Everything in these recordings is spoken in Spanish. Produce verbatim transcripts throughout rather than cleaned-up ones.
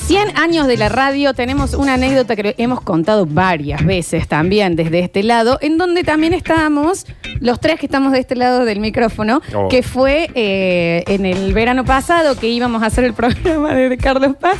cien años de la radio, tenemos una anécdota que hemos contado varias veces también desde este lado, en donde también estábamos, los tres que estamos de este lado del micrófono, oh. que fue eh, en el verano pasado que íbamos a hacer el programa de Carlos Paz.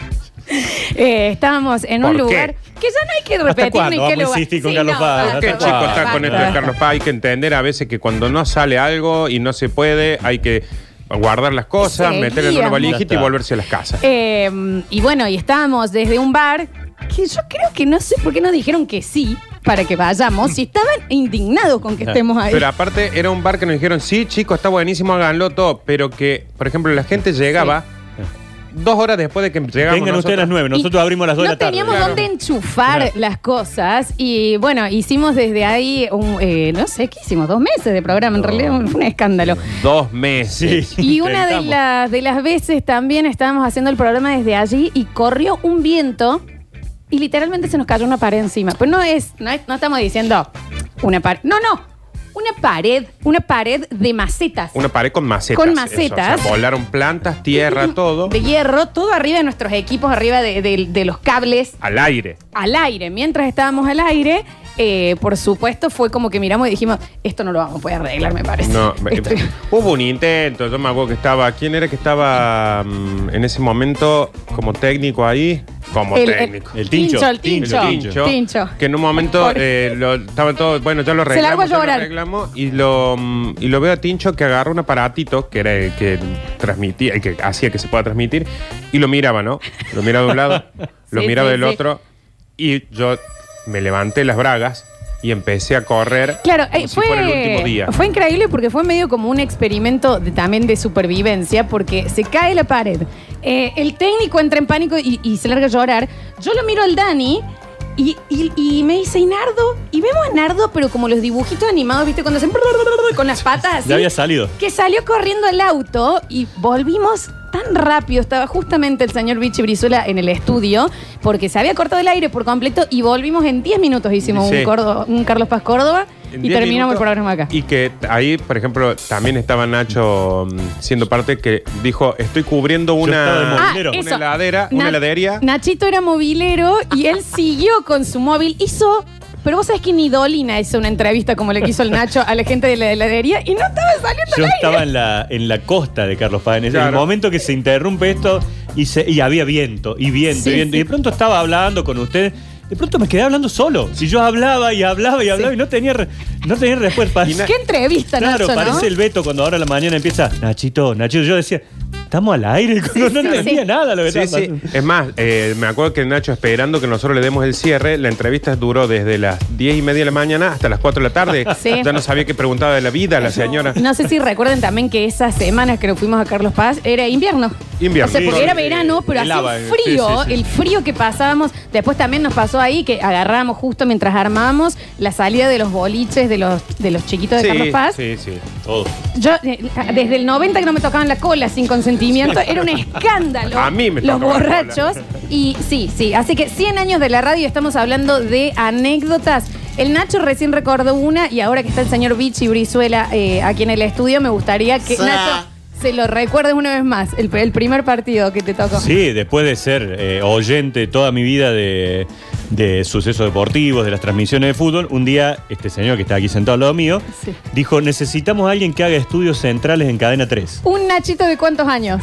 Eh, estábamos en un lugar qué? que ya no hay que repetir ni qué lugar. Sí, con Carlos no, Paz. ¿Qué chico está con esto de Carlos Paz? Hay que entender a veces que cuando no sale algo y no se puede, hay que guardar las cosas, meterle en una valijita y volverse a las casas. Eh, y bueno, y estábamos desde un bar que yo creo que no sé por qué nos dijeron que sí para que vayamos, si estaban indignados con que estemos ahí. Pero aparte era un bar que nos dijeron, sí, chicos, está buenísimo, háganlo todo, pero que, por ejemplo, la gente llegaba... Sí. Dos horas después de que llegamos. Vengan ustedes a las nueve, nosotros abrimos a las dos de la tarde. No teníamos claro. dónde enchufar claro. las cosas y bueno, hicimos desde ahí, un, eh, no sé, ¿qué hicimos? Dos meses de programa, en no. realidad fue un escándalo. Dos meses. Sí. Y una de, la, de las veces también estábamos haciendo el programa desde allí y corrió un viento y literalmente se nos cayó una pared encima. Pero no es, no, es, no estamos diciendo una pared, no, no. Una pared, una pared de macetas. Una pared con macetas. Con macetas. Eso, o sea, volaron plantas, tierra, todo. De hierro, todo arriba de nuestros equipos, arriba de, de, de los cables. Al aire. Al aire. Mientras estábamos al aire, eh, por supuesto, fue como que miramos y dijimos, esto no lo vamos a poder arreglar, me parece. No, esto... hubo un intento, yo me acuerdo que estaba, ¿quién era que estaba um, en ese momento como técnico ahí? Como el, técnico. El, el tincho, el tincho. El tincho. tincho. Que en un momento eh, lo, estaban todos, bueno, ya lo arreglamos, ya lo arreglamos y lo, y lo veo a Tincho que agarra un aparatito que era el que transmitía, el que hacía que se pueda transmitir y lo miraba, ¿no? Lo miraba de un lado, lo sí, miraba sí, del sí. otro y yo me levanté las bragas y empecé a correr claro, como eh, si fue, fuera el último día. Fue increíble porque fue medio como un experimento de, también de supervivencia porque se cae la pared. Eh, el técnico entra en pánico y, y se larga a llorar. Yo lo miro al Dani y, y, y me dice, ¿y Nardo? Y vemos a Nardo, pero como los dibujitos animados, ¿viste? Cuando hacen con las patas así. Ya había salido. Que salió corriendo al auto y volvimos tan rápido. Estaba justamente el señor Vichy Brizuela en el estudio porque se había cortado el aire por completo y volvimos en diez minutos. Hicimos sí. un, Córdoba, un Carlos Paz Córdoba y terminamos el programa acá. Y que ahí, por ejemplo, también estaba Nacho siendo parte que dijo, estoy cubriendo una, ah, una heladera, Na- una heladería. Nachito era movilero y él siguió con su móvil. Hizo... Pero vos sabés que ni Dolina hizo una entrevista como le quiso el Nacho a la gente de la heladería y no estaba saliendo Yo al aire. estaba en la, en la costa de Carlos Paz. En claro. el momento que se interrumpe esto y, se, y había viento, y viento, sí, y viento. Sí. Y de pronto estaba hablando con ustedes. De pronto me quedé hablando solo. Si yo hablaba y hablaba y hablaba sí. y no tenía, re, no tenía respuesta. ¿Qué entrevista, claro, Nacho, parece ¿no? el Beto cuando ahora a la mañana empieza, Nachito, Nachito. Yo decía, estamos al aire. Sí, no entendía sí. nada lo que sí, estaba sí. Es más, eh, me acuerdo que Nacho, esperando que nosotros le demos el cierre, la entrevista duró desde las diez y media de la mañana hasta las cuatro de la tarde. Sí. Ya no sabía qué preguntaba de la vida la señora. No sé si recuerden también que esas semanas que nos fuimos a Carlos Paz era invierno. Invierno. O sea, porque sí, era verano, pero hacía un frío. Sí, sí, sí. El frío que pasábamos. Después también nos pasó ahí que agarramos justo mientras armábamos la salida de los boliches de los, de los chiquitos de sí, Carlos Paz. Sí, sí, todo. Yo, eh, desde el noventa que no me tocaban la cola sin consentimiento, era un escándalo. A mí me Los tocaba borrachos. Y sí, sí. Así que cien años de la radio, estamos hablando de anécdotas. El Nacho recién recordó una y ahora que está el señor Vichy Brizuela eh, aquí en el estudio, me gustaría que, Nacho, se lo recuerdes una vez más, el, el primer partido que te tocó. Sí, después de ser eh, oyente toda mi vida de, de sucesos deportivos, de las transmisiones de fútbol, un día este señor que está aquí sentado al lado mío sí. dijo, necesitamos a alguien que haga estudios centrales en Cadena tres. ¿Un Nachito de cuántos años?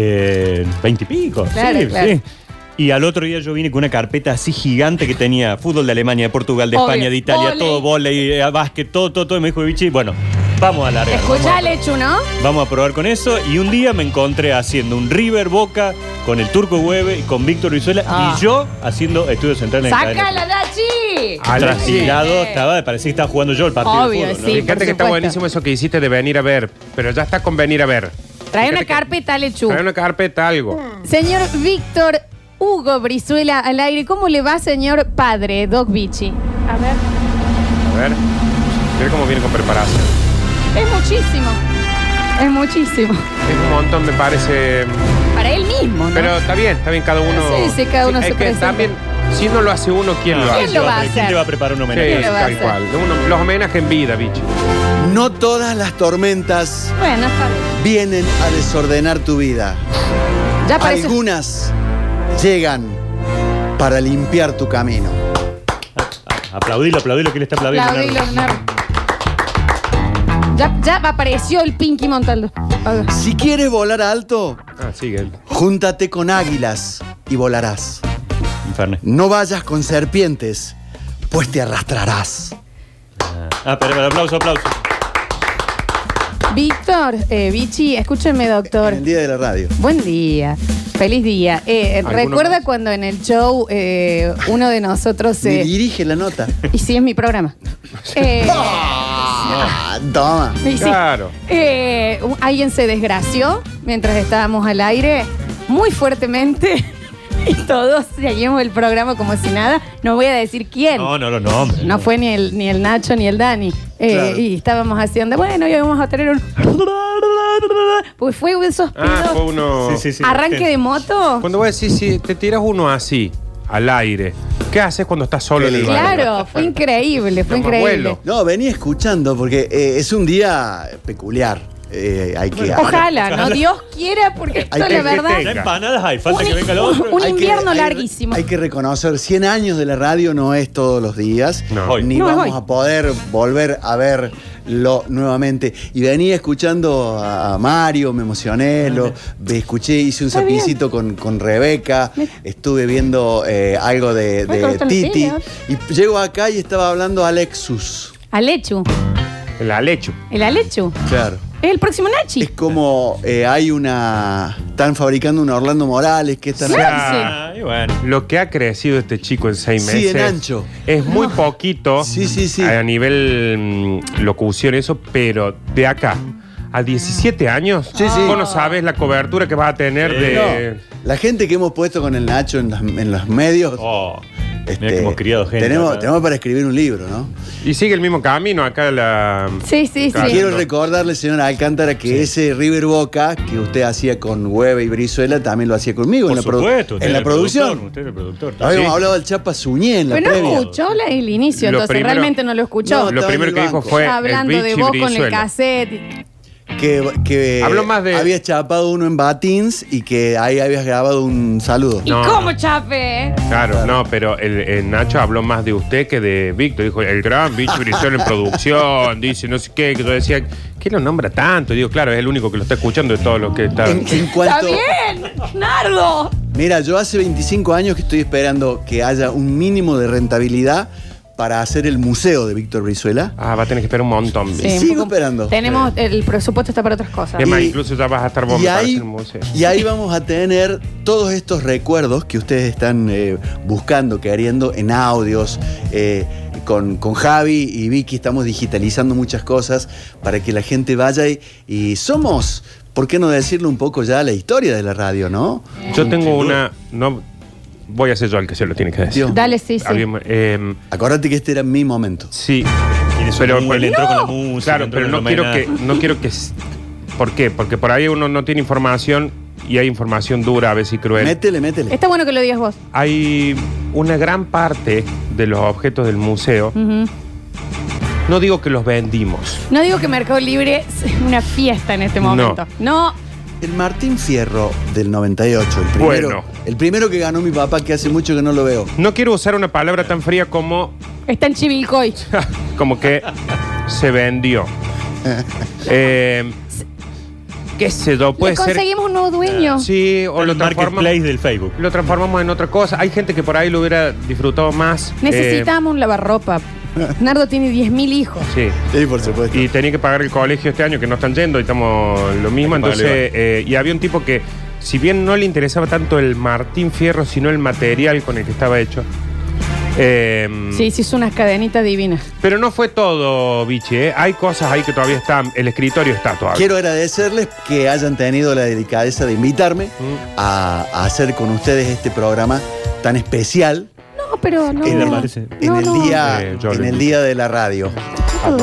Eh, veinte y pico. Claro, sí, claro. sí. Y al otro día yo vine con una carpeta así gigante que tenía fútbol de Alemania, de Portugal, de Obvio. España, de Italia, Voley. todo, vóley, eh, básquet, todo, todo, todo. Y me dijo, Vichy, bueno, vamos a largar. Escuchá el hecho, ¿no? Vamos a probar con eso. Y un día me encontré haciendo un River Boca con el Turco Hueve y con Víctor Brizuela ah. y yo haciendo estudios centrales en Cadena. ¡Sácala, Dachi! Trastilado, estaba, parecía que estaba jugando yo el partido Obvio, de fútbol, sí, ¿no? Fíjate que está buenísimo eso que hiciste de venir a ver, pero ya está con venir a ver. Trae una carpeta, Lechu. Trae una carpeta, algo. Señor Víctor Hugo Brizuela al aire, ¿cómo le va, señor padre, Doc Vichy? A ver. A ver. Mira cómo viene con preparación. Es muchísimo. Es muchísimo. Es un montón, me parece. Para él mismo, ¿no? Pero está bien, está bien, cada uno. Sí, sí, cada uno sí, se es que presenta. también, si no lo hace uno, ¿quién No, lo ¿quién hace? lo va a hacer? ¿Quién te va a preparar un Sí, homenaje? ¿Quién lo va a tal hacer? cual. Uno- los homenajes en vida, bicho. No todas las tormentas Bueno, está bien. vienen a desordenar tu vida. Ya parece. Algunas llegan para limpiar tu camino. Aplaudilo, aplaudilo, que le está aplaudiendo. Aplaudilo, Nardo. Ya, ya apareció el Pinky Montaldo. Si quieres volar alto, Ah, sigue. júntate con águilas y volarás. Inferne. No vayas con serpientes, pues te arrastrarás. Ah, pero, pero aplauso, aplauso. Víctor, eh, Vichy, escúcheme, doctor. En el día de la radio. Buen día. Feliz día. Eh, ¿Recuerda más? cuando en el show eh, uno de nosotros... Me Eh, dirige la nota. y sí, es mi programa. Eh, Ah, toma. y sí. Claro. Eh, un- alguien se desgració mientras estábamos al aire muy fuertemente y todos seguimos el programa como si nada. No voy a decir quién. No, no, no, no, hombre. No fue ni el, ni el Nacho ni el Dani. Eh, Claro. Y estábamos haciendo, bueno, hoy vamos a tener un... Pues fue esos Ah, fue pedos. uno. Sí, sí, sí. Arranque de moto. Cuando vos decís, si te tiras uno así, al aire, ¿qué haces cuando estás solo en el baño? Claro, fue increíble, fue Yo me increíble. vuelo. No, venía escuchando porque eh, es un día peculiar. Eh, hay que, Ojalá, ¿no? Dios quiera, porque esto Hay la que verdad... Ya empanadas hay, falta Un- que venga el otro. un- hay que- invierno hay- larguísimo. Hay que reconocer, cien años de la radio no es todos los días. No. Hoy. Ni No es vamos hoy. a poder volver a verlo nuevamente. Y venía escuchando a Mario, me emocioné, lo, me escuché, hice un Está bien. sapicito con, con Rebeca, Mira. estuve viendo eh, algo de, Ay, de cortan los Titi. pelos. Y llego acá y estaba hablando Alexus. Alechu, El alecho. el Alechu. Claro. Es el próximo Nachi. Es como eh, hay una. Están fabricando un Orlando Morales que están. Sí. Ah, y bueno. Lo que ha crecido este chico en seis Sí, meses. en ancho. Es muy poquito. Sí, sí, sí. A nivel mm, locución, eso, pero de acá a diecisiete años, Sí, sí. vos no sabes la cobertura que vas a tener Sí. de. No, la gente que hemos puesto con el Nacho en, las- en los medios. Oh, este, mira que hemos criado gente. Tenemos, acá. tenemos para escribir un libro, ¿no? Y sigue el mismo camino acá la. Sí, sí, Claro. sí. Quiero recordarle, señor Alcántara, que ese River Boca que usted hacía con Hueve y Brizuela también lo hacía conmigo Por en la, produ- supuesto. usted en es la el producción. productor, Usted es el productor. Habíamos Sí. hablado del Chapa Suñé en la Pero no previa. escuchó la- el inicio, Lo entonces primero- realmente no lo escuchó. No, Lo estaba primero en que el dijo banco. fue. Hablando el de Vichy vos con el Brizuela. cassette. Que, que Habló más de- habías chapado uno en Batins y que ahí habías grabado un saludo. ¿Y No, cómo no. chape? eh? Claro, no, pero el, el Nacho habló más de usted que de Víctor. Dijo, el gran Vichy Brizuela en producción, dice no sé qué, que yo decía, ¿qué lo nombra tanto? Y digo, claro, es el único que lo está escuchando de todos los que están. En, en Está cuanto, bien, Nardo. Mira, yo hace veinticinco años que estoy esperando que haya un mínimo de rentabilidad para hacer el museo de Víctor Brizuela. Ah, va a tener que esperar un montón. Sí, un Sigo poco- esperando. Tenemos, el presupuesto está para otras cosas. Es más, Y- incluso ya vas a estar vos Y me parece, ahí, en el museo. y ahí vamos a tener todos estos recuerdos que ustedes están eh, buscando, queriendo en audios. eh, con, con Javi y Vicky estamos digitalizando muchas cosas para que la gente vaya y, y somos, ¿por qué no decirle un poco ya la historia de la radio, no? Yo tengo Sin duda. una. No, voy a ser yo el que se lo tiene que decir. Dios. Dale, sí, sí. Alguien- eh, Acordate que este era mi momento. sí, Tiene su pero mu- él entró con la música. claro, entró pero con no el quiero que, homenaje. no quiero que. s- ¿Por qué? Porque por ahí uno no tiene información y hay información dura, a veces y cruel. Métele, métele. Está bueno que lo digas vos. Hay una gran parte de los objetos del museo. Ujú. No digo que los vendimos. No digo que Mercado Libre es una fiesta en este No. momento. No. El Martín Fierro del noventa y ocho, el primero, Bueno. el primero que ganó mi papá, que hace mucho que no lo veo. No quiero usar una palabra tan fría como. Está en Chivilcoy. como que se vendió. Eh, ¿Qué sé yo? Puede Le ser. conseguimos un nuevo dueño. Sí, o El lo transformamos, marketplace del Facebook. lo transformamos en otra cosa. Hay gente que por ahí lo hubiera disfrutado más. Necesitamos un lavarropa. Nardo tiene diez mil hijos. Eh, sí. Sí, por supuesto. Y tenía que pagar el colegio este año que no están yendo y estamos lo mismo. Vale, Entonces, vale. eh, y había un tipo que, si bien no le interesaba tanto el Martín Fierro, sino el material con el que estaba hecho. eh, Sí, sí, hizo unas cadenitas divinas. Pero no fue todo, Vichy, ¿eh? Hay cosas ahí que todavía están. El escritorio está todavía. Quiero agradecerles que hayan tenido la delicadeza de invitarme Mm. a, a hacer con ustedes este programa tan especial No, pero no. ¿Qué le no. parece? en, No, el, no. día, Eh, yo en lo el invito. día de la radio. Anoche.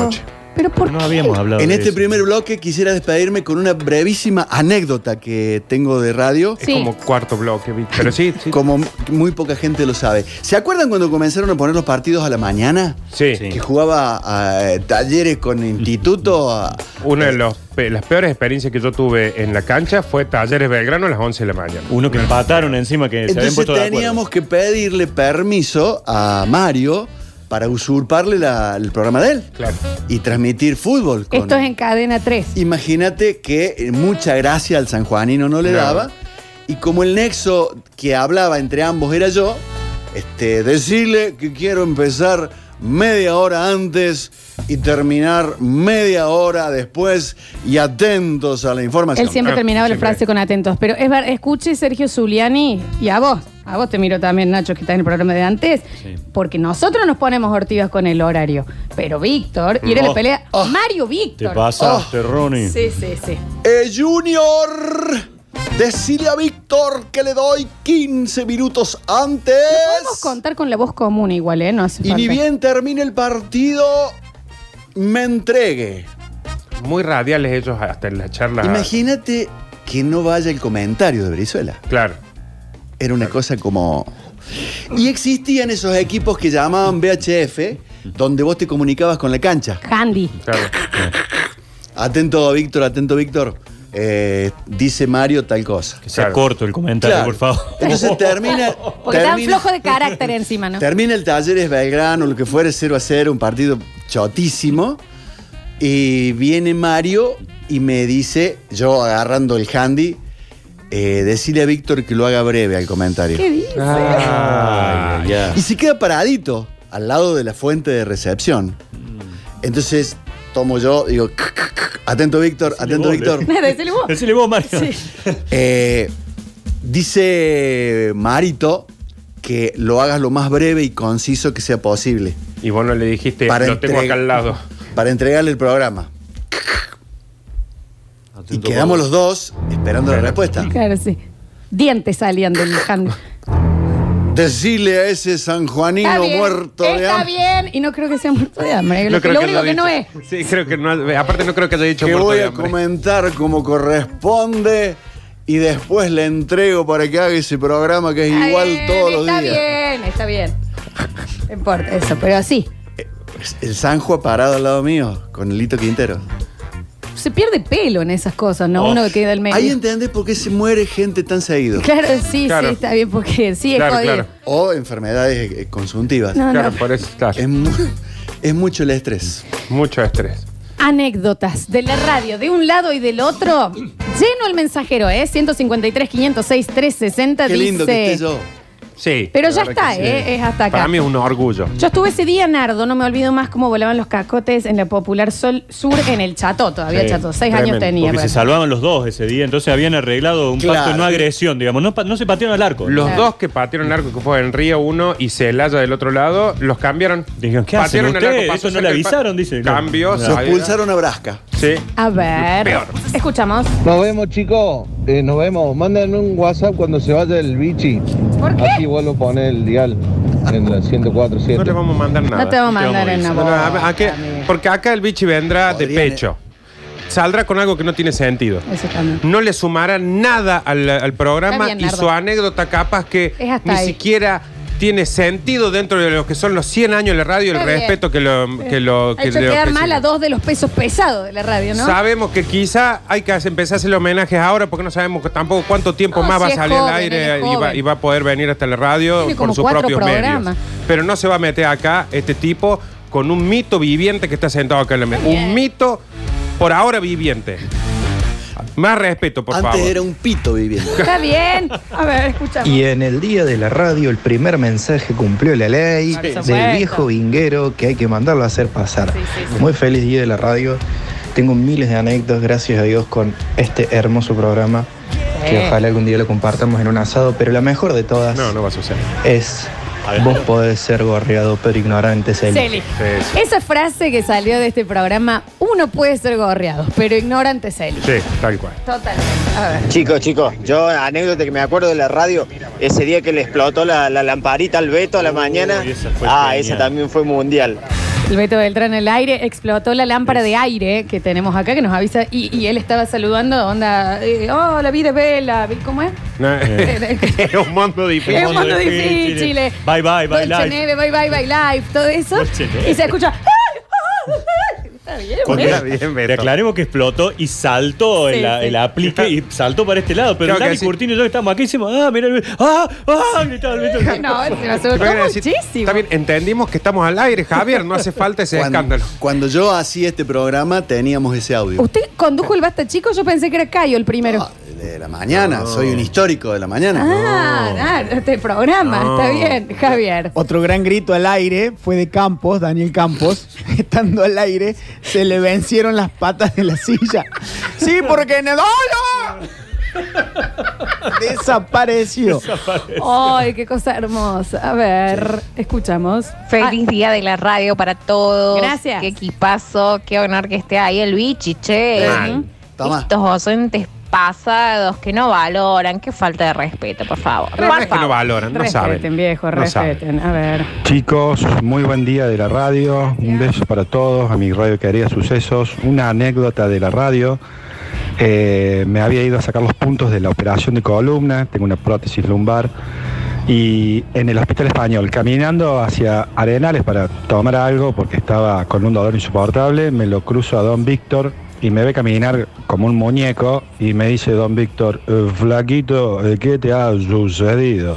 ¿Pero por no qué? habíamos hablado En de este eso. primer bloque quisiera despedirme con una brevísima anécdota que tengo de radio. Sí. Es como cuarto bloque, Vic. Pero sí, sí. Como muy poca gente lo sabe. ¿Se acuerdan cuando comenzaron a poner los partidos a la mañana? Sí. Sí. Que jugaba a, eh, talleres con instituto. A, Una de los pe- las peores experiencias que yo tuve en la cancha fue Talleres Belgrano a las once de la mañana. Uno que empataron encima que se habían Entonces puesto de acuerdo. teníamos que pedirle permiso a Mario para usurparle la- el programa de él Claro. y transmitir fútbol. con- Esto es en cadena tres. Imagínate que eh, mucha gracia al sanjuanino no le No. daba. Y como el nexo que hablaba entre ambos era yo, este, decirle que quiero empezar media hora antes y terminar media hora después y atentos a la información. Él siempre Ah, terminaba la siempre. frase con atentos. Pero es ver, escuche, Sergio Zuliani, y a vos. A vos te miro también, Nacho, que está en el programa de antes. Sí. Porque nosotros nos ponemos hortivas con el horario. Pero Víctor, y era Oh. la pelea. Oh. Mario Te Víctor. pasaste, Ronnie. Sí, sí, sí. Eh, Junior, decile a Víctor que le doy quince minutos antes. Podemos contar con la voz común igual, ¿eh? No hace Y falta. ni bien termine el partido, me entregue. Muy radiales ellos hasta en la charla. Imagínate que no vaya el comentario de Brizuela. Claro. Era una cosa como... Y existían esos equipos que llamaban V H F, donde vos te comunicabas con la cancha. Handy. Claro. Atento, Víctor, atento, Víctor. Eh, dice Mario tal cosa. Que sea Claro. corto el comentario, Claro. por favor. Entonces termina... Porque tan termina- flojo de carácter encima, ¿no? Termina el Talleres Belgrano, lo que fuere cero a cero, un partido chotísimo. Y viene Mario y me dice, yo agarrando el handy, eh, decirle a Víctor que lo haga breve al comentario. ¿Qué dice? Ay, ay, ay. Y se queda paradito al lado de la fuente de recepción. Entonces tomo yo, digo, atento Víctor, Decile atento vos, Víctor. Nada, decile vos. Decile vos, Mario. Sí. Eh, dice Marito que lo hagas lo más breve y conciso que sea posible Y vos no le dijiste, Para lo tengo entrega- acá al lado. para entregarle el programa. Y Atento, quedamos vos. los dos esperando la respuesta. Claro, sí. Dientes salían del handy. Decirle a ese sanjuanino Está bien, muerto de está hambre bien. Y no creo que sea muerto de hambre. Lo, No que- creo lo que único lo que haya no es. dicho. Sí, creo que no. Aparte, no creo que haya dicho que muerto voy de a hambre. comentar como corresponde y después le entrego para que haga ese programa que es Está igual bien, todos los está días. bien, está bien. No importa eso, pero así. El Sanjo parado al lado mío con el Lito Quintero. Se pierde pelo en esas cosas, ¿no? Oh. Uno que queda al medio. Ahí entendés por qué se muere gente tan seguido. Claro, sí, Claro. sí, está bien, porque sí es Claro, jodido. claro. O enfermedades eh, consuntivas. No, Claro, no. por eso está. Es, mu- es mucho el estrés. Mucho estrés. Anécdotas de la radio de un lado y del otro. Lleno el mensajero, ¿eh? ciento cincuenta y tres, quinientos seis, trescientos sesenta Qué dice... lindo que esté yo. Sí. Pero la ya verdad está, que sí. ¿eh? Es hasta acá. Para mí es un orgullo. Yo estuve ese día, Nardo, no me olvido más cómo volaban los cacotes en la Popular Sol Sur en el Chato, todavía Sí, Chato, seis tremendo, años tenía. Porque se bueno. salvaban los dos ese día, entonces habían arreglado un Claro. pacto de no agresión, digamos. No, pa- no se patearon al arco. Los Claro. dos que patearon el arco, que fue en Río uno y Celaya del otro lado, los cambiaron. Dijeron, ¿qué hacen Patearon el ustedes? arco, pasó Eso no le cerca del pa- avisaron, dice. Cambio, No. Lo salida. expulsaron a Brasca. Sí. A ver, Peor. escuchamos. Nos vemos, chicos. Eh, nos vemos. Mándenme un WhatsApp cuando se vaya el bichi. ¿Por qué? Así vuelvo a poner el dial en la ciento cuatro punto No le siete. vamos a mandar nada. No te vamos a te mandar vamos a en la No, no, voz. a- a qué- amigo. porque acá el bichi vendrá de Podrían- pecho. Saldrá con algo que no tiene sentido. Eso también. No le sumará nada al, al programa Está bien, y Nardo. su anécdota capaz que Es hasta ni ahí. siquiera tiene sentido dentro de lo que son los cien años de la radio, el Está bien. respeto que lo que lo Ha que hecho le quedar ofrecimos. mal a dos de los pesos pesados de la radio, ¿no? Sabemos que quizá hay que empezar a hacerle homenajes ahora porque no sabemos que tampoco cuánto tiempo No, más si va a es salir joven, al él aire es y va, joven. y va a poder venir hasta la radio Tiene como por sus cuatro propios programas. medios. Pero no se va a meter acá este tipo con un mito viviente que está sentado acá en la mesa. bien. Un mito por ahora viviente. Más respeto, por Antes favor. era un pito viviendo. Está bien. A ver, escuchamos. Y en el día de la radio, el primer mensaje cumplió la ley Por supuesto. del viejo vinguero que hay que mandarlo a hacer pasar. Sí, sí, sí. Muy feliz día de la radio. Tengo miles de anécdotas, gracias a Dios, con este hermoso programa. Que Sí. ojalá algún día lo compartamos en un asado. Pero la mejor de todas No, no va a suceder. es: A ver. vos podés ser gorreado, pero ignorante Celi. Celi. Sí, sí. Esa frase que salió de este programa, uno puede ser gorreado, pero ignorante es él. Sí, tal cual. Totalmente. A ver. Chicos, chicos, yo anécdota que me acuerdo de la radio, ese día que le explotó la, la lamparita al Beto a la Uy, mañana. esa fue Ah, genial. esa también fue mundial. El Beto Beltrán en el aire, explotó la lámpara de aire que tenemos acá, que nos avisa, y, y él estaba saludando, onda, eh, oh, la vida es bella, ¿cómo es? No, eh, es un mundo difícil. Es un mundo difícil. Bye, bye, bye, live. Neve, bye, bye, bye, live, todo eso. Y se escucha... Está bien, Está bien, Beto. Aclaremos que explotó y saltó sí, el, sí. el aplique y saltó para este lado. Pero Dani Curtino y yo que estamos aquí decimos, ah, mira, ah, ah, gritaba el Beto. No, se me asustó muchísimo. Está bien, entendimos que estamos al aire, Javier, no hace falta ese cuando, escándalo. Cuando yo hacía este programa teníamos ese audio. ¿Usted condujo el Basta Chico? Yo pensé que era Cayo el primero. No, de la mañana, no. Soy un histórico de la mañana. Ah, no. ah este programa, no. Está bien, Javier. Otro gran grito al aire fue de Campos, Daniel Campos, estando al aire, se le vencieron las patas de la silla. Sí, porque Nedolo desapareció. Desapareció. Ay, qué cosa hermosa. A ver, sí. Escuchamos. Feliz Ay. Día de la radio para todos. Gracias. Qué equipazo, qué honor que esté ahí el bichi, che. Uh-huh. Toma. Estos docentes pasados que no valoran, qué falta de respeto, por favor. No, no es que no valoran, no respeten, saben. Respeten, viejo, no respeten. Saben. A ver. Chicos, muy buen día de la radio. Un beso para todos, a mi radio querida Sucesos. Una anécdota de la radio. Eh, me había ido a sacar los puntos de la operación de columna, tengo una prótesis lumbar. Y en el Hospital Español, caminando hacia Arenales para tomar algo, porque estaba con un dolor insoportable, me lo cruzo a don Víctor y me ve caminar como un muñeco y me dice don Víctor, eh, flaquito, ¿qué te ha sucedido?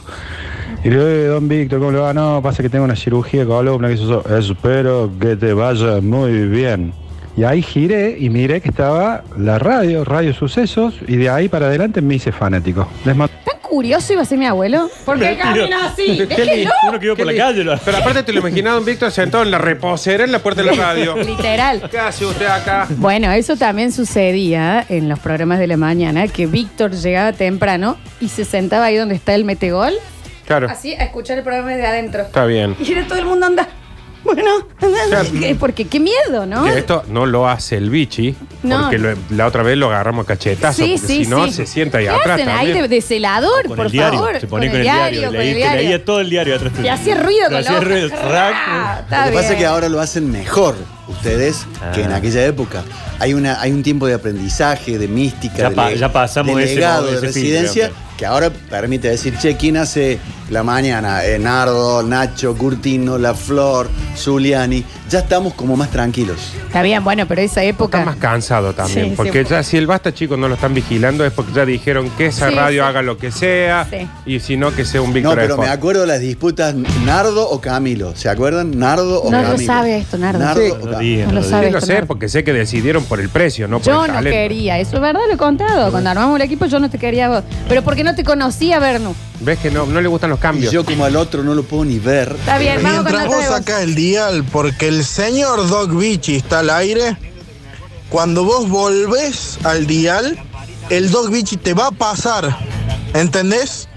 Y le digo, eh, don Víctor, ¿cómo le va? No, pasa que tengo una cirugía de columna, que eso, espero que te vaya muy bien. Y ahí giré y miré que estaba la radio, Radio Sucesos, y de ahí para adelante me hice fanático. Les mando... ¿Tan curioso iba a ser mi abuelo? ¿Por qué camina así? Déjelo. Uno que iba por la calle. Lo... Pero aparte te lo imaginaba un Víctor sentado en la reposera en la puerta de la radio. Literal. ¿Qué hace usted acá? Bueno, eso también sucedía en los programas de la mañana, que Víctor llegaba temprano y se sentaba ahí donde está el metegol. Claro. Así, a escuchar el programa desde adentro. Está bien. Y era todo el mundo anda... Bueno, claro. Porque qué miedo, ¿no? Que esto no lo hace el bichi, no. Porque lo, la otra vez lo agarramos a cachetazos, sí, porque sí, si no sí. se sienta ahí ¿Qué atrás hacen también. ahí de, de celador, con por el diario, favor? se ponía con, con el diario, diario leí, leía, leía todo el diario atrás. Y hacía ruido con hacía ruido. Ah, lo que bien. Pasa es que ahora lo hacen mejor ustedes ah. que en aquella época. Hay una hay un tiempo de aprendizaje, de mística, ya, de, pa, ya pasamos de ese, legado, ese de residencia, film, que ahora permite decir, che, ¿quién hace la mañana? Eh, Nardo, Nacho, Curtino, La Flor, Zuliani. Ya estamos como más tranquilos. Está bien, bueno, pero esa época... Está más cansado también, sí, porque sí. ya si el Basta Chicos no lo están vigilando es porque ya dijeron que esa sí, radio sí. haga lo que sea sí. y si no, que sea un Víctor. No, pero Sport. Me acuerdo de las disputas Nardo o Camilo. ¿Se acuerdan? Nardo o no Camilo. No lo sabe esto, Nardo. Nardo sí. o Camilo. No, diga, no lo sabe. Sí lo sé, porque sé que decidieron por el precio, no por yo el talento. Yo no quería, eso es verdad, lo he contado. Cuando armamos el equipo yo no te quería vos. Pero porque no te conocía, Bernu. ¿Ves que no, no le gustan los cambios? Y yo como al otro no lo puedo ni ver. Está bien, vamos con Mientras vos sacás el dial porque el señor Doc Vichy está al aire, cuando vos volvés al dial, el Doc Vichy te va a pasar. ¿Entendés?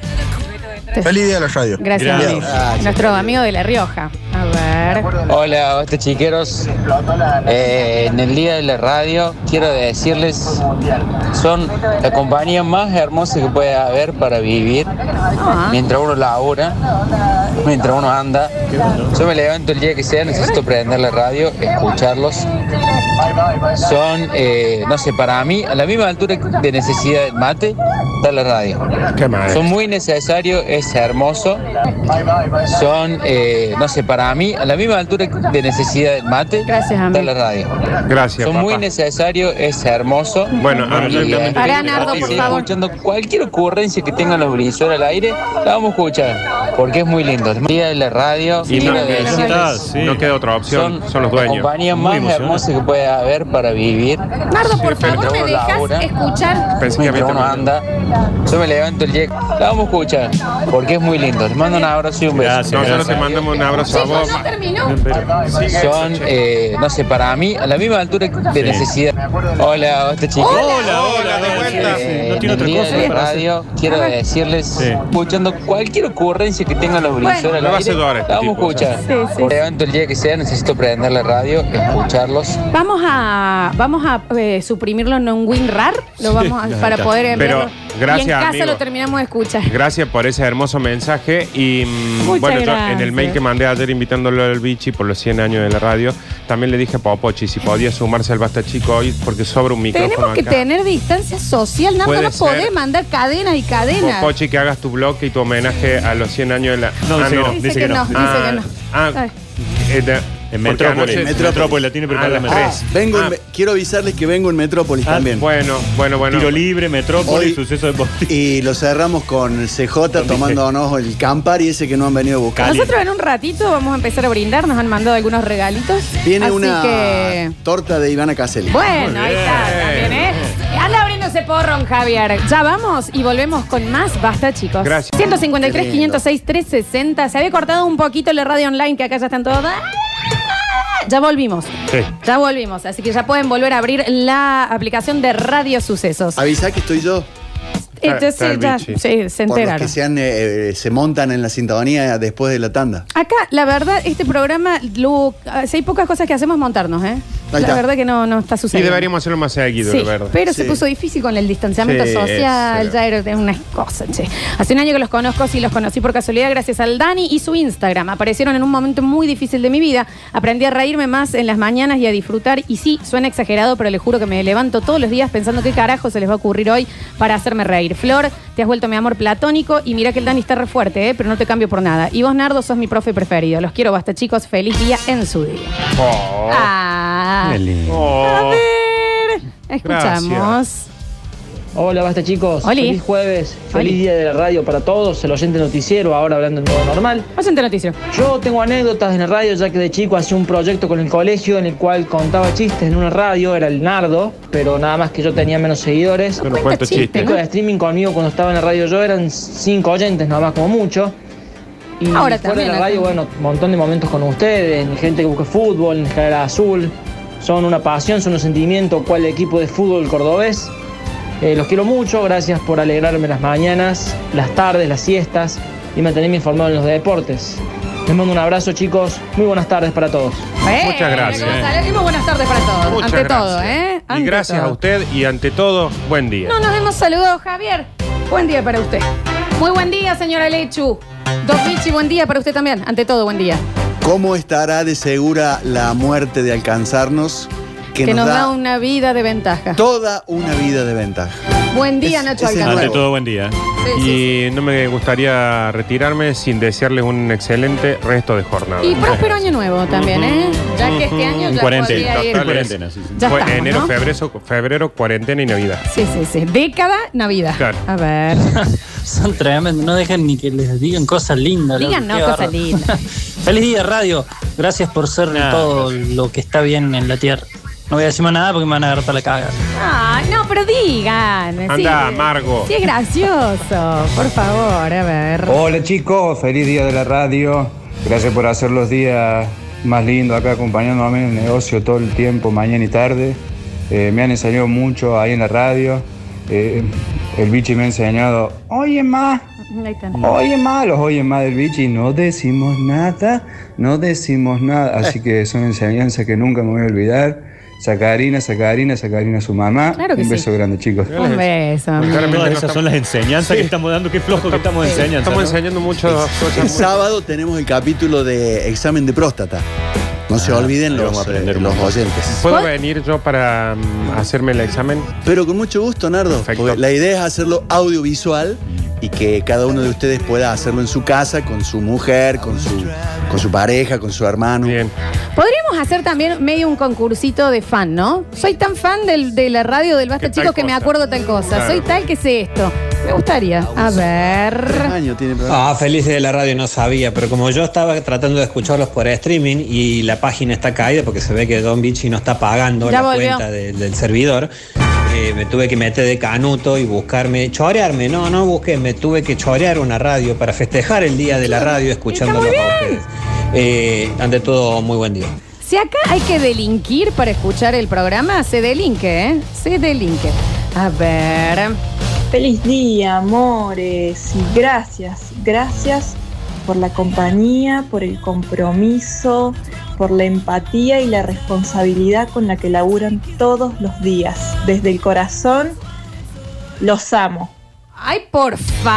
Feliz día de la radio. Gracias, Gracias. Gracias. Nuestro amigo de La Rioja. A ver. Hola, Basta Chiqueros. Eh, en el día de la radio quiero decirles, son la compañía más hermosa que puede haber para vivir ah. mientras uno labura, mientras uno anda. Yo me levanto el día que sea, necesito prender la radio, escucharlos. Son, eh, no sé, para mí, a la misma altura de necesidad del mate, está la radio. Qué madre. Son muy necesarios, es hermoso. Son, eh, no sé, para mí, a la misma altura de necesidad del mate, gracias, está la radio. Gracias, Son papá. muy necesarios, es hermoso. Bueno, ahora yo también. Para Nardo, por favor. Escuchando cualquier ocurrencia que tengan los brisores al aire, la vamos a escuchar, porque es muy lindo. El día de la radio, y quiero no, decirles, sí. no queda otra opción, son, son los dueños. La compañía más hermosa que puede haber para vivir. Nardo, por sí, favor, me dejas labura, escuchar. Pensé que uno anda, yo me levanto el día, la vamos a escuchar, porque es muy lindo. Les mando un abrazo y un beso. Gracias, nosotros te mandamos un abrazo a vos. ¿No terminó? Son, eh, no sé, para mí, a la misma altura de necesidad. Hola, Basta Chicos. Hola, hola, de vuelta. Eh, no tiene otra cosa. En la radio, quiero decirles, sí. escuchando cualquier ocurrencia que tengan los brisores bueno, al aire, la vamos a escuchar. Sí, sí. Levanto el día que sea, necesito prender la radio, escucharlos. Vamos a, vamos a eh, suprimirlo en un WinRAR, lo vamos a, para poder enviarlo. Pero Gracias, y en casa amigo. lo terminamos de escuchar. Gracias por ese hermoso mensaje. Y mm, Muchas bueno, yo gracias. en el mail que mandé ayer invitándolo al Vichy por los cien años de la radio, también le dije a Popochi si podía sumarse al Basta Chico hoy porque sobra un micrófono Tenemos que acá. tener distancia social, Nardo, Puede no podés ser. mandar cadenas y cadenas. Popochi, que hagas tu bloque y tu homenaje a los cien años de la... No, ah, dice que no, Dice que no, dice Ah, que no. ah, Ay. eh, de- En porque Metrópolis. anoche- Metrópolis la tiene preparada Ah, la las Metrópolis. tres. Vengo en Ah, me- quiero avisarles que vengo en Metrópolis Ah, también. Bueno, bueno, bueno. Tiro libre, Metrópolis, Hoy- suceso deportivo. Y lo cerramos con C J tomándonos el Campari ese que no han venido a buscar. Nosotros en un ratito vamos a empezar a brindar, nos han mandado algunos regalitos. Viene así una que... torta de Ivana Caselli. Bueno, ahí está también, ¿eh? Anda abriéndose porrón, Javier. Ya vamos y volvemos con más. Basta, chicos. Gracias. ciento cincuenta y tres, Qué lindo. quinientos seis, trescientos sesenta. Se había cortado un poquito la radio online, que acá ya están todos. Ya volvimos. Sí. Ya volvimos. Así que ya pueden volver a abrir la aplicación de Radio Sucesos. Avisa que estoy yo. Este, está sí, el ya, bichi. sí, se Por los enteraron. que se, han, eh, eh, se montan en la sintonía después de la tanda. Acá, la verdad, este programa, lo, si hay pocas cosas que hacemos montarnos, ¿eh? Ahí La está. verdad que no, no está Y sucediendo. deberíamos hacerlo más seguido, Sí, la verdad. pero se Sí. puso difícil con el distanciamiento Sí, social, es, ya era una cosa, che. Hace un año que los conozco, sí los conocí por casualidad gracias al Dani y su Instagram. Aparecieron en un momento muy difícil de mi vida. Aprendí a reírme más en las mañanas y a disfrutar. Y sí, suena exagerado, pero le juro que me levanto todos los días pensando qué carajo se les va a ocurrir hoy para hacerme reír. Flor, te has vuelto mi amor platónico y mira que el Dani está re fuerte, ¿eh? Pero no te cambio por nada. Y vos, Nardo, sos mi profe preferido. Los quiero, basta, chicos. Feliz día en su día. Oh. Ah. Qué lindo. Oh. A ver, escuchamos. Gracias. Hola, basta chicos. Oli. Feliz jueves. Oli. Feliz día de la radio para todos. El oyente noticiero, ahora hablando en modo normal. Oyente noticiero. Yo tengo anécdotas en la radio, ya que de chico hacía un proyecto con el colegio en el cual contaba chistes en una radio. Era el Nardo, pero nada más que yo tenía menos seguidores. Pero cuento chistes. Chicos de streaming conmigo cuando estaba en la radio yo eran cinco oyentes, nada más como mucho. Y Ahora fuera también, de la ¿no? radio, bueno, un montón de momentos con ustedes, gente que busca fútbol, en Escalera Azul. Son una pasión, son un sentimiento, cual equipo de fútbol cordobés. Eh, los quiero mucho, gracias por alegrarme las mañanas, las tardes, las siestas y mantenerme informado en los deportes. Les mando un abrazo, chicos. Muy buenas tardes para todos. Bueno, Muchas gracias. Gonzalo, y muy buenas tardes para todos. Muchas ante gracias. todo, ¿eh? Y Ante gracias todo. a usted y ante todo, buen día. No nos hemos saludado, Javier. Buen día para usted. Muy buen día, señora Lechu. Dos Vichy, buen día para usted también. Ante todo, buen día. ¿Cómo estará de segura la muerte de alcanzarnos? Que, Que, nos, nos da, da una vida de ventaja. toda una vida de ventaja. Buen día, Es- Nacho ese es Alcántara. Ante nuevo. todo, buen día. Sí, sí, Y no me gustaría retirarme sin desearles un excelente resto de jornada. Y próspero año nuevo también, ¿eh? Ya que este año ya Cuarentena. podría ir. Total, Cuarentena, sí, sí. Ya Fue estamos, enero, ¿no? febrero, febrero, cuarentena y Navidad. Sí, sí, sí. Década, Navidad. Claro. A ver. Son tremendos, no dejan ni que les digan cosas lindas. Digan loco, no, qué cosas bárbaro. lindas. Feliz día, radio. Gracias por ser Nah, todo lo que está bien en la tierra. No voy a decir más nada porque me van a agarrar para la caga. Ah, no, pero digan. Anda, sí, amargo. Sí, es gracioso. Por favor, a ver. Hola chicos, feliz día de la radio. Gracias por hacer los días más lindos acá acompañándome en el negocio todo el tiempo, mañana y tarde. Eh, me han enseñado mucho ahí en la radio. Eh, el bichi me ha enseñado, oye más, Ahí está. oye más, los oye más del bichi. No decimos nada, no decimos nada. Así que son enseñanzas que nunca me voy a olvidar. Sacarina, Sacarina, Sacarina su mamá. Claro que Un sí. beso grande chicos. Un beso, amigo. Todas esas son las enseñanzas que estamos dando. Qué flojo que estamos Sí. enseñando. Estamos ¿no? enseñando muchas El cosas. sábado tenemos el capítulo de examen de próstata. No se Ah, olviden ahí los, vamos a aprender eh, un los montón. oyentes. ¿Puedo venir yo para mm, hacerme el examen? Pero con mucho gusto, Nardo. Perfecto. Porque la idea es hacerlo audiovisual y que cada uno de ustedes pueda hacerlo en su casa, con su mujer, con su, con su pareja, con su hermano. Bien. Podríamos hacer también medio un concursito de fan, ¿no? Soy tan fan del- de la radio del Basta Que tal Chicos que me cosa. acuerdo tal cosa. Claro. Soy tal que sé esto. Me gustaría. A Tres ver. años tiene programa. Ah, feliz de la radio, no sabía, pero como yo estaba tratando de escucharlos por streaming y la página está caída porque se ve que Don Vichy no está pagando Ya la volvió. cuenta de- del servidor, eh, me tuve que meter de canuto y buscarme, chorearme, no, no busqué, me tuve que chorear una radio para festejar el día de la radio escuchándolos muy a ustedes. Eh, ante todo, muy buen día. Si acá hay que delinquir para escuchar el programa, se delinque, ¿eh? Se delinque. A ver. Feliz día, amores, y gracias, gracias por la compañía, por el compromiso, por la empatía y la responsabilidad con la que laburan todos los días. Desde el corazón, los amo. Ay, por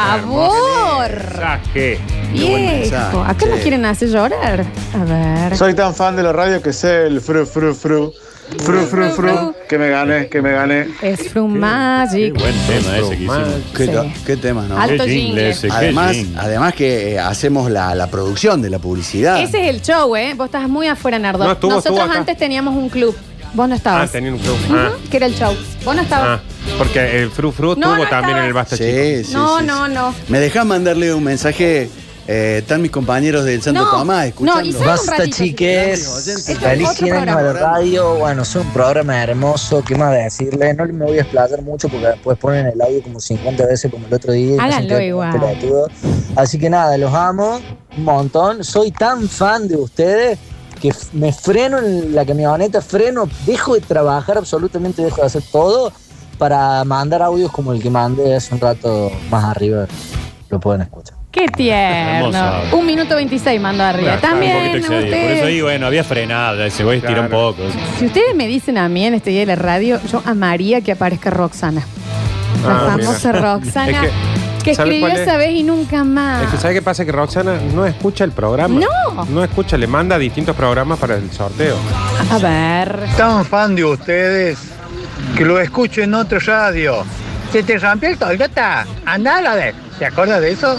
favor. Mensaje. Viejo. Acá nos quieren hacer llorar. A ver. Soy tan fan de la radio que sé el fru, fru, fru. Fru, fru, fru. Que me gane, que me gane. Es From Magic. Qué buen tema ese que hicimos. Qué, Sí. to- qué tema, ¿no? Alto Qué jingle jingle. ese, qué Además, jingle. además que eh, hacemos la, la producción de la publicidad. Ese es el show, ¿eh? Vos estás muy afuera, Nardo. No, estuvo- Nosotros estuvo acá. antes teníamos un club. Vos no Ah, estabas. tenía un club. Ujú, Ah. que era el show. Vos no estabas. Ah, porque el Fru Fru No, tuvo no también estaba. en el Basta Sí, Chico. sí, no, sí, no, sí. no. ¿Me dejás mandarle un mensaje? Eh, están mis compañeros del Santo No, Tomás escuchando. no, y sale un Basta, ratito, chiques. Esto es Feliz otro cien años de la programa. radio. Bueno, es un programa hermoso. ¿Qué más decirles? No me voy a explayar mucho porque después ponen el audio como cincuenta veces como el otro día. y me Háganlo hacen quedar como igual. pelotudo. Así que nada, los amo un montón. Soy tan fan de ustedes que f- me freno en la camioneta, freno, dejo de trabajar absolutamente, dejo de hacer todo para mandar audios como el que mandé hace un rato más arriba. Lo pueden escuchar. Qué tierno. Hermoso. Un minuto veintiséis mandó arriba. Claro, También, un poquito excedido. Por ustedes- eso ahí, bueno, había frenada. Ese güey estiró un Claro. poco. Si ustedes me dicen a mí en este día de la radio, yo amaría que aparezca Roxana. La Ah, famosa mira. Roxana. Es que que, ¿sabe escribió cuál es? esa vez y nunca más. Es que ¿sabe qué pasa? Que Roxana no escucha el programa. No. No escucha, le manda distintos programas para el sorteo. A ver. Tan fan de ustedes que lo escucho en otra radio. ¿Se te rompió el Toyota? Andá, de. ¿Te acuerdas de eso?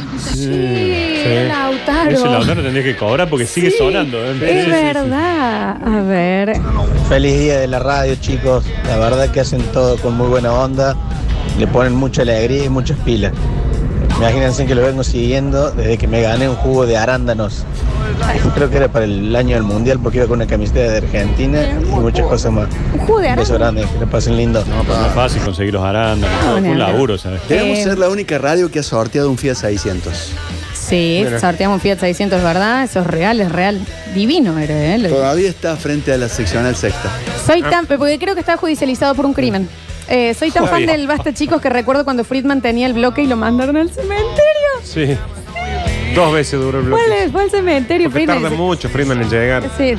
Sí, Lautaro. Ese Lautaro tendría que cobrar porque sigue Sí, sonando. ¿eh? Es Sí, sí, sí. verdad. A ver. Feliz día de la radio, chicos. La verdad que hacen todo con muy buena onda. Le ponen mucha alegría y muchas pilas. Imagínense que lo vengo siguiendo desde que me gané un jugo de arándanos. Creo que era para el año del mundial porque iba con una camiseta de Argentina y muchas cosas más. Un jugo de Un beso arándanos. grande, que le pasen lindo. No, pero no es fácil conseguir los arándanos. No, Fue no, un no. laburo, ¿sabes? Debemos Eh, ser la única radio que ha sorteado un Fiat seiscientos. Sí, Mira. sorteamos un Fiat seiscientos, ¿verdad? Eso es real, es real. Divino era, ¿eh? Lo- Todavía está frente a la seccional sexta. Soy Ah. tan. Porque creo que está judicializado por un crimen. Eh, soy tan Está fan bien. del Basta, chicos, que recuerdo cuando Friedman tenía el bloque y lo mandaron al cementerio. Sí. Dos veces duró el bloque. ¿Cuál es? Fue al cementerio, Porque Friedman. tarda mucho Friedman en llegar. Sí.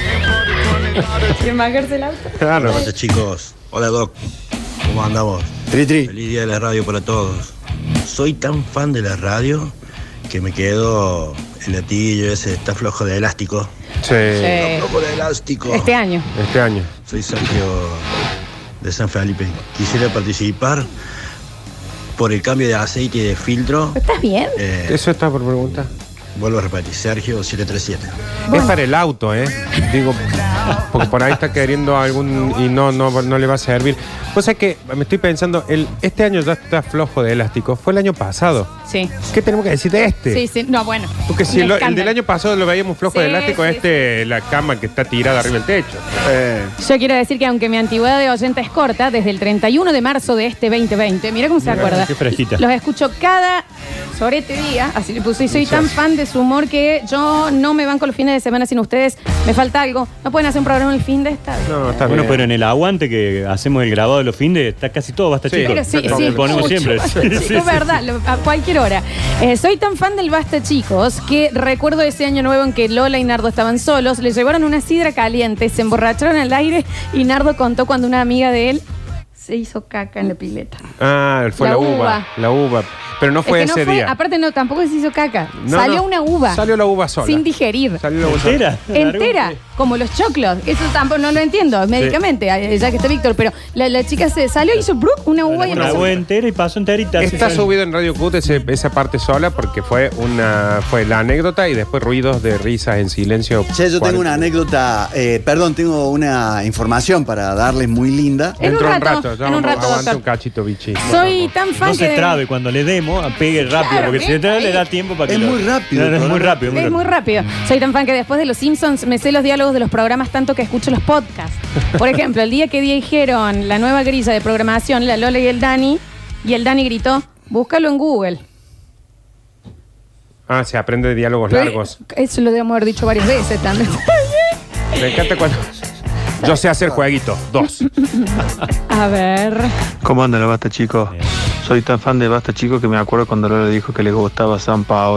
¿Quién bajarse el auto? Claro. Hola chicos, hola Doc, ¿cómo andamos? Tri, tri. Feliz día de la radio para todos. Soy tan fan de la radio que me quedo el latillo ese, está flojo de elástico. Sí. Sí. Flojo de elástico. Este año. Este año. Soy Sergio de San Felipe. Quisiera participar por el cambio de aceite y de filtro. ¿Estás bien? Eh, Eso está por preguntar. vuelvo a repetir, Sergio siete tres siete. Es para el auto, ¿eh? Digo, porque por ahí está queriendo algún y no, no, no le va a servir. O sea que me estoy pensando, el, este año ya está flojo de elástico. Fue el año pasado. Sí. ¿Qué tenemos que decir de este? Sí, sí. No, bueno. Porque si Un lo- el escándalo. del año pasado lo veíamos flojo Sí, de elástico, sí, este la cama que está tirada arriba del techo. Eh, Yo quiero decir que aunque mi antigüedad de oyente es corta, desde el treinta y uno de marzo de este veinte veinte, mira cómo se Mira, acuerda. qué fresquita. Los escucho cada sobre este día, así le puse, y soy tan fan de su humor que yo no me banco los fines de semana sin ustedes. Me falta algo. ¿No pueden hacer un programa el fin de esta? No, está Bueno, bien. pero en el aguante que hacemos el grabado de los fines, está casi todo Basta, Sí. chicos. Pero sí, Lo sí, que ponemos mucho. siempre. Sí, Chicos, sí, sí. verdad, lo- a cualquier hora. Eh, soy tan fan del Basta, chicos, que recuerdo ese año nuevo en que Lola y Nardo estaban solos, le llevaron una sidra caliente, se emborracharon al aire y Nardo contó cuando una amiga de él se hizo caca en la pileta. Ah, fue La la, uva. uva. La uva. Pero no fue Es que no ese fue- día. Aparte, no, tampoco se hizo caca. No, Salió no. una uva. Salió la uva sola. Sin digerir. Salió la uva sola. ¿Entera? Entera, como los choclos. Eso tampoco no lo entiendo médicamente, eh, ya que está Víctor, pero la, la chica se salió y hizo ¡bruc! Una uva y Una empezó- agua entera y pasó enterita. Está Sí, subido en Radio Cut ese- esa parte sola porque fue una fue la anécdota y después ruidos de risas en silencio. Che, yo tengo una anécdota, eh, perdón, tengo una información para darles muy linda. En un Dentro de un rato, rato, ya en un vamos, rato, aguanta doctor. un cachito, bichi. Soy tan fan No se que... trabe cuando le demos, pegue rápido, Claro, porque si le trabe ahí. le da tiempo para que Es lo- muy rápido el No, no, es muy programa. rápido, muy Es muy rápido. Soy tan fan que después de Los Simpsons me sé los diálogos de los programas tanto que escucho los podcasts. Por ejemplo, el día que dijeron la nueva grilla de programación, la Lola y el Dani, y el Dani gritó, búscalo en Google. Ah, se aprende de diálogos Pero largos. Eso lo debemos haber dicho varias veces también. Me encanta cuando. Yo sé hacer jueguitos. Dos. A ver. ¿Cómo anda la Basta, chicos? Soy tan fan de Basta, chicos, que me acuerdo cuando Lola dijo que les gustaba San Paoli.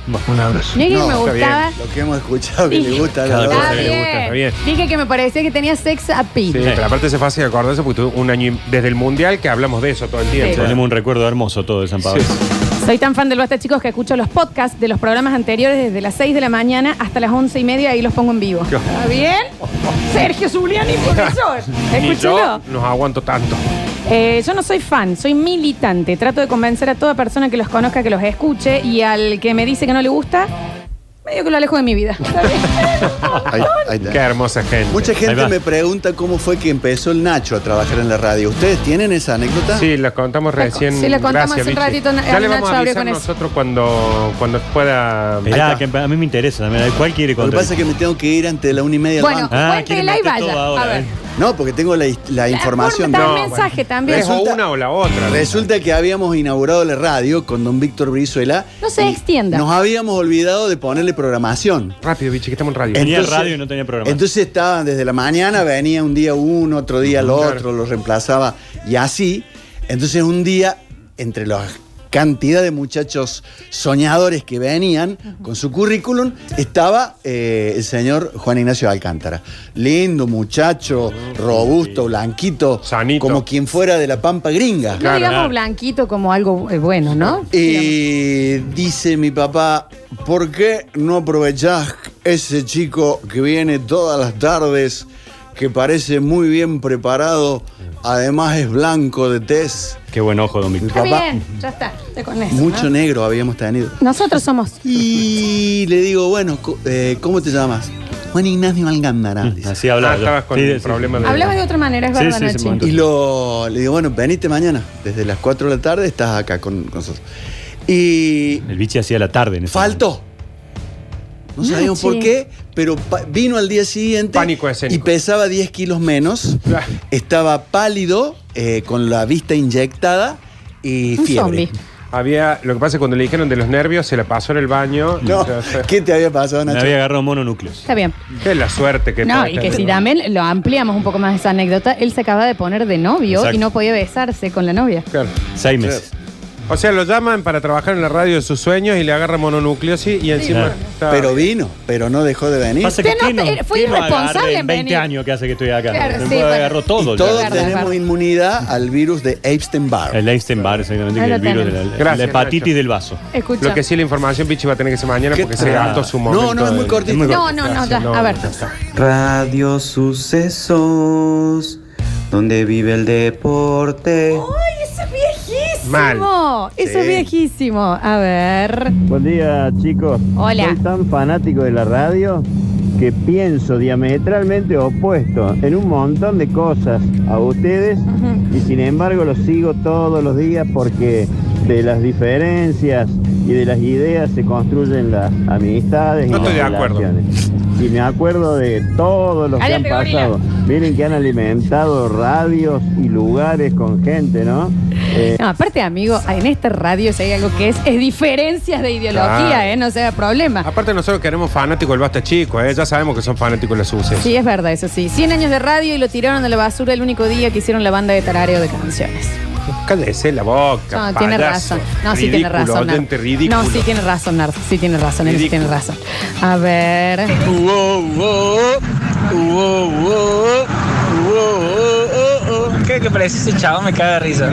Un abrazo. Mira que No, me está gustaba. Lo que hemos escuchado que Dije- le gusta a Cada la cosa Está que le bien. gusta, está bien. Dije que me parecía que tenía sex appeal. Sí, pero aparte se fue fácil acordarse porque tuve un año y- desde el mundial que hablamos de eso todo el tiempo. Sí. Tenemos un recuerdo hermoso todo de San Pablo. Soy tan fan del Basta, chicos, que escucho los podcasts de los programas anteriores desde las seis de la mañana hasta las once y media, ahí los pongo en vivo. ¿Está bien? Sergio Zuliani, profesor. Ni Escúchelo. yo nos aguanto tanto. Eh, yo no soy fan, soy militante. Trato de convencer a toda persona que los conozca que los escuche y al que me dice que no le gusta, medio que lo alejo de mi vida. ¿Está bien? Ahí- ahí está. Qué hermosa gente. Mucha Ahí gente va. me pregunta cómo fue que empezó el Nacho a trabajar en la radio. ¿Ustedes tienen esa anécdota? Sí, la contamos recién. Sí, la contamos Gracias, hace un Vichy. ratito, Ya le Nacho vamos a abrió avisar con eso. nosotros cuando, cuando pueda. Esperá, que a mí me interesa también. ¿Cuál quiere Lo que contar? pasa es que me tengo que ir antes de la una y media al Bueno, banco. Ah, cuéntela y quiere meter vaya. todo ahora, A ver. ¿eh? No, porque tengo la, la información. Está No, el mensaje bueno. también. Es o una o la otra. Resulta que habíamos inaugurado la radio con don Víctor Brizuela. No se y extienda. Nos habíamos olvidado de ponerle programación. Rápido, bicho, que estamos en radio. Tenía Entonces- radio y no tenía programa. Entonces estaban desde la mañana, venía un día uno, otro día el Claro. otro, lo reemplazaba y así. Entonces un día, entre la cantidad de muchachos soñadores que venían con su currículum, estaba eh, el señor Juan Ignacio Alcántara. Lindo muchacho, robusto, blanquito, Sanito. como quien fuera de la Pampa Gringa. No Claro, digamos claro. blanquito como algo eh, bueno, ¿no? Y dice mi papá, ¿por qué no aprovechás ese chico que viene todas las tardes, que parece muy bien preparado, además es blanco de tez? Qué buen ojo, don Víctor. Está papá- bien, ya está. Estoy con eso. Mucho ¿no? negro habíamos tenido. Nosotros somos. Y le digo, bueno, co- eh, ¿cómo te llamas? Juan Ignacio Alcántara. dice. Así hablaba. Ah, yo. estabas con Sí, el sí, problema sí. de. Hablabas de otra manera, es Sí, verdad, sí, sí, Nachi. momento. Y lo, le digo, bueno, venite mañana, desde las cuatro de la tarde estás acá con, con nosotros. Y El bichi hacía la tarde en ese faltó. No sabíamos Nachi. por qué, pero pa- vino al día siguiente Pánico escénico. y pesaba diez kilos menos. Estaba pálido, eh, con la vista inyectada y Un fiebre. zombie. Había, lo que pasa es que cuando le dijeron de los nervios, se la pasó en el baño. No, Entonces, ¿qué te había pasado, Me Nacho? había agarrado mononúcleos. Está bien. qué es la suerte que No, puede y que tener. si también lo ampliamos un poco más esa anécdota, él se acaba de poner de novio Exacto. y no podía besarse con la novia. Claro. Seis meses. O sea, lo llaman para trabajar en la radio de sus sueños y le agarra mononucleosis y encima. Claro. está- Pero vino, pero no dejó de venir. Pasa que Usted no- ¿qué no, eh, fue qué no irresponsable agarré en en veinte venir. años que hace que estoy acá. Claro, Después sí, bueno. agarró todo. Y yo. todos verdad, tenemos verdad. inmunidad al virus de Epstein-Barr. El Epstein-Barr, exactamente, Ahí que lo el virus de la, tenemos. la Gracias, hepatitis Nacho. del vaso. Escucha. Lo que sí, la información, Pichi, va a tener que ser mañana ¿Qué porque se tal? gastó su momento. No, no, es muy de- cortito. No, no, no, ya. No, A ver. ya está. Radio Sucesos, donde vive el deporte. ¡Ay, eso es viejísimo! Mal. Eso es Sí. viejísimo. A ver. Buen día, chicos. Hola. Soy tan fanático de la radio que pienso diametralmente opuesto en un montón de cosas a ustedes y sin embargo los sigo todos los días porque de las diferencias y de las ideas se construyen las amistades No y las estoy de acuerdo. relaciones. Y me acuerdo de todos los que han Cállate, gorila. pasado. Miren que han alimentado radios y lugares con gente, ¿no? Eh, No, aparte, amigo, en esta radio si hay algo que es, es diferencias de ideología, Claro. ¿eh? No sea problema. Aparte, nosotros queremos fanáticos del Basta Chico, ¿eh? Ya sabemos que son fanáticos de la sucesos. Sí, es verdad, eso sí. cien años de radio y lo tiraron a la basura el único día que hicieron la banda de tarareo de canciones. Cállese la boca. No, tiene payaso. razón. No, sí tiene Ridículo, razón. Nardo. oyente ridículo. No, sí tiene razón, Nardo. Sí tiene razón, él sí Ridículo. tiene razón. A ver. ¿Qué que parece ese chavo? Me caga de risa.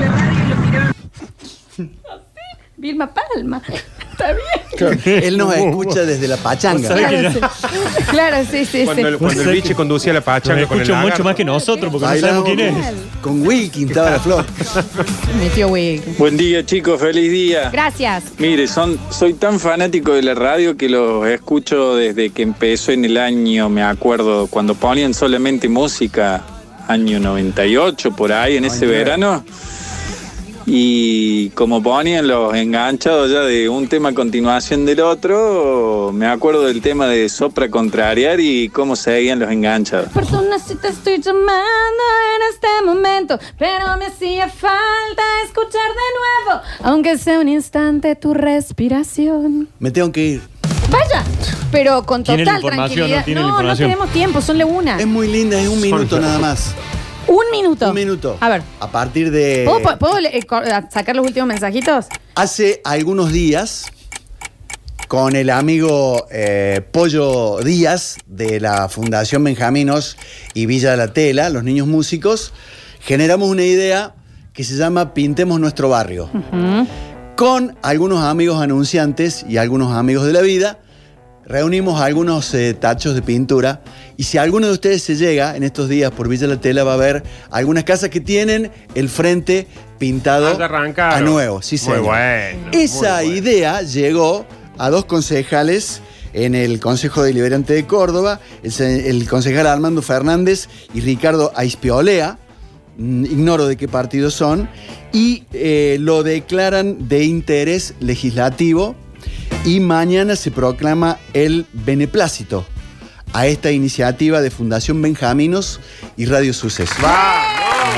Vilma Palma. Está bien. Él nos escucha desde la pachanga. Claro, sí. Claro, sí, sí, Cuando sí. el, cuando el biche conducía la pachanga Nos con el escuchan mucho lagarto. más que nosotros porque no Bailamos sabemos quién es. con, con Wilkin, estaba la flor. Mi tío Wig. Buen día, chicos, feliz día. Gracias. Mire, son, soy tan fanático de la radio que los escucho desde que empezó en el año, me acuerdo, cuando ponían solamente música, año noventa y ocho, por ahí, en ese verano. Y como ponían los enganchados ya de un tema a continuación del otro, me acuerdo del tema de Sopra Contrariar y cómo seguían los enganchados. Persona, si te estoy llamando en este momento, pero me hacía falta escuchar de nuevo, aunque sea un instante tu respiración. Me tengo que ir. Vaya, pero con ¿Tiene total la información, tranquilidad. no tiene la No, no información? tenemos tiempo, son la una. Es muy linda, es un minuto nada más. Un minuto. Un minuto. A ver. A partir de... ¿Puedo, puedo, eh, co- sacar los últimos mensajitos? Hace algunos días con el amigo eh, Pollo Díaz de la Fundación Benjaminos y Villa de la Tela, los niños músicos, generamos una idea que se llama Pintemos Nuestro Barrio. Uh-huh. Con algunos amigos anunciantes y algunos amigos de la vida, reunimos algunos eh, tachos de pintura y si alguno de ustedes se llega en estos días por Villa La Tela va a ver algunas casas que tienen el frente pintado a nuevo. Sí, muy bueno. Esa muy bueno. idea llegó a dos concejales en el Consejo Deliberante de Córdoba, el, el concejal Armando Fernández y Ricardo Aispiolea, ignoro de qué partido son, y eh, lo declaran de interés legislativo. Y mañana se proclama el beneplácito a esta iniciativa de Fundación Benjaminos y Radio Sucesos. ¡Vamos!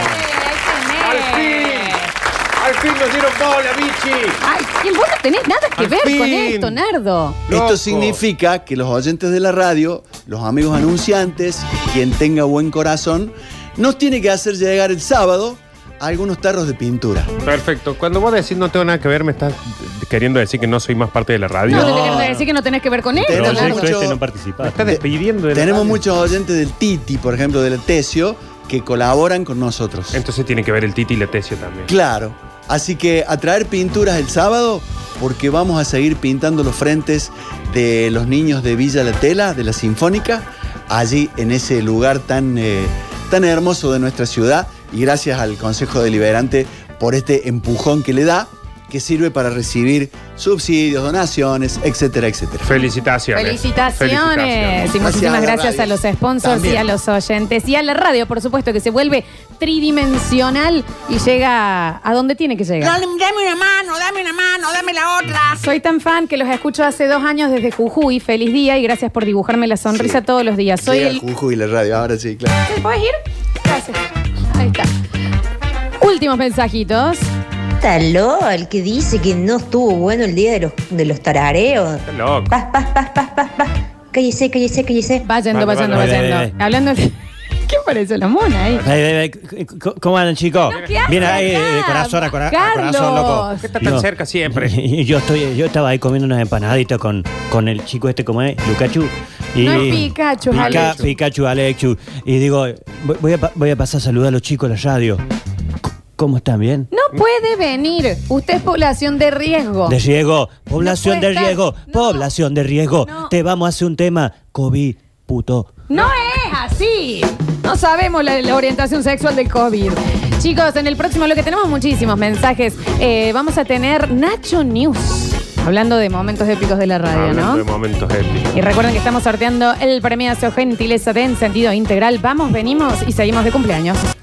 ¡Al fin! ¡Al fin nos dieron bola, bichi! Ay, y vos no tenés nada que Al ver fin. con esto, Nardo. Esto Loco. significa que los oyentes de la radio, los amigos anunciantes, quien tenga buen corazón, nos tiene que hacer llegar el sábado algunos tarros de pintura. Perfecto. Cuando vos decís no tengo nada que ver, me estás queriendo decir que no soy más parte de la radio. No, no, no, no. decir que no tenés que ver con esto, Tenemos Nardo. mucho- Este no participa. Me estás despidiendo de la Tenemos radio. muchos oyentes del Titi, por ejemplo, del Tesio, que colaboran con nosotros. Entonces tiene que ver el Titi y la Tesio también. Claro. Así que a traer pinturas el sábado, porque vamos a seguir pintando los frentes de los niños de Villa La Tela, de la Sinfónica, allí en ese lugar tan, eh, tan hermoso de nuestra ciudad. Y gracias al Consejo Deliberante por este empujón que le da, que sirve para recibir subsidios, donaciones, etcétera, etcétera. Felicitaciones. Felicitaciones. Y muchísimas Gracias a la gracias a radio. los sponsors También. y a los oyentes. Y a la radio, por supuesto, que se vuelve tridimensional y llega a donde tiene que llegar. Dame, dame una mano, dame una mano, dame la otra. Soy tan fan que los escucho hace dos años desde Jujuy. Feliz día y gracias por dibujarme la sonrisa Sí. todos los días. Soy Llega el... Jujuy y la radio, ahora sí, claro. ¿Te puedes ir? Gracias. Ahí está. Últimos mensajitos. Está loco el que dice que no estuvo bueno el día de los, de los tarareos. Está loco. Paz, paz, paz, paz, paz, paz. Cállese, cállese, cállese. Vayendo, Vale, vayendo, vale, vayendo. vale, vale. Hablando de... ¿Qué parece la mona ahí? Ay, ay, ay, c- c- ¿Cómo andan, chicos? No, ¿qué haces Viene ahí acá? de corazón a, cora- a Carlos. corazón, loco. ¿Por qué está tan No. cerca siempre? Y yo estoy, yo estaba ahí comiendo unas empanaditas con, con el chico este, como es, Lucachu. Y No es Pikachu, es Pica- Alexu. Pikachu, Alexu. Y digo, voy- voy a, pa- voy a pasar a saludar a los chicos de la radio. C- ¿Cómo están? ¿Bien? No puede venir. Usted es población de riesgo. De riesgo, población No puede de estar. riesgo, No. población de riesgo. No. Te vamos a hacer un tema, COVID, puto. No es así. No sabemos la, la orientación sexual del COVID. Chicos, en el próximo bloque tenemos muchísimos mensajes. Eh, vamos a tener Nacho News. Hablando de momentos épicos de la radio, Hablando ¿no? de momentos épicos. Y recuerden que estamos sorteando el premio Gentileza de En Sentido Integral. Vamos, venimos y seguimos de cumpleaños.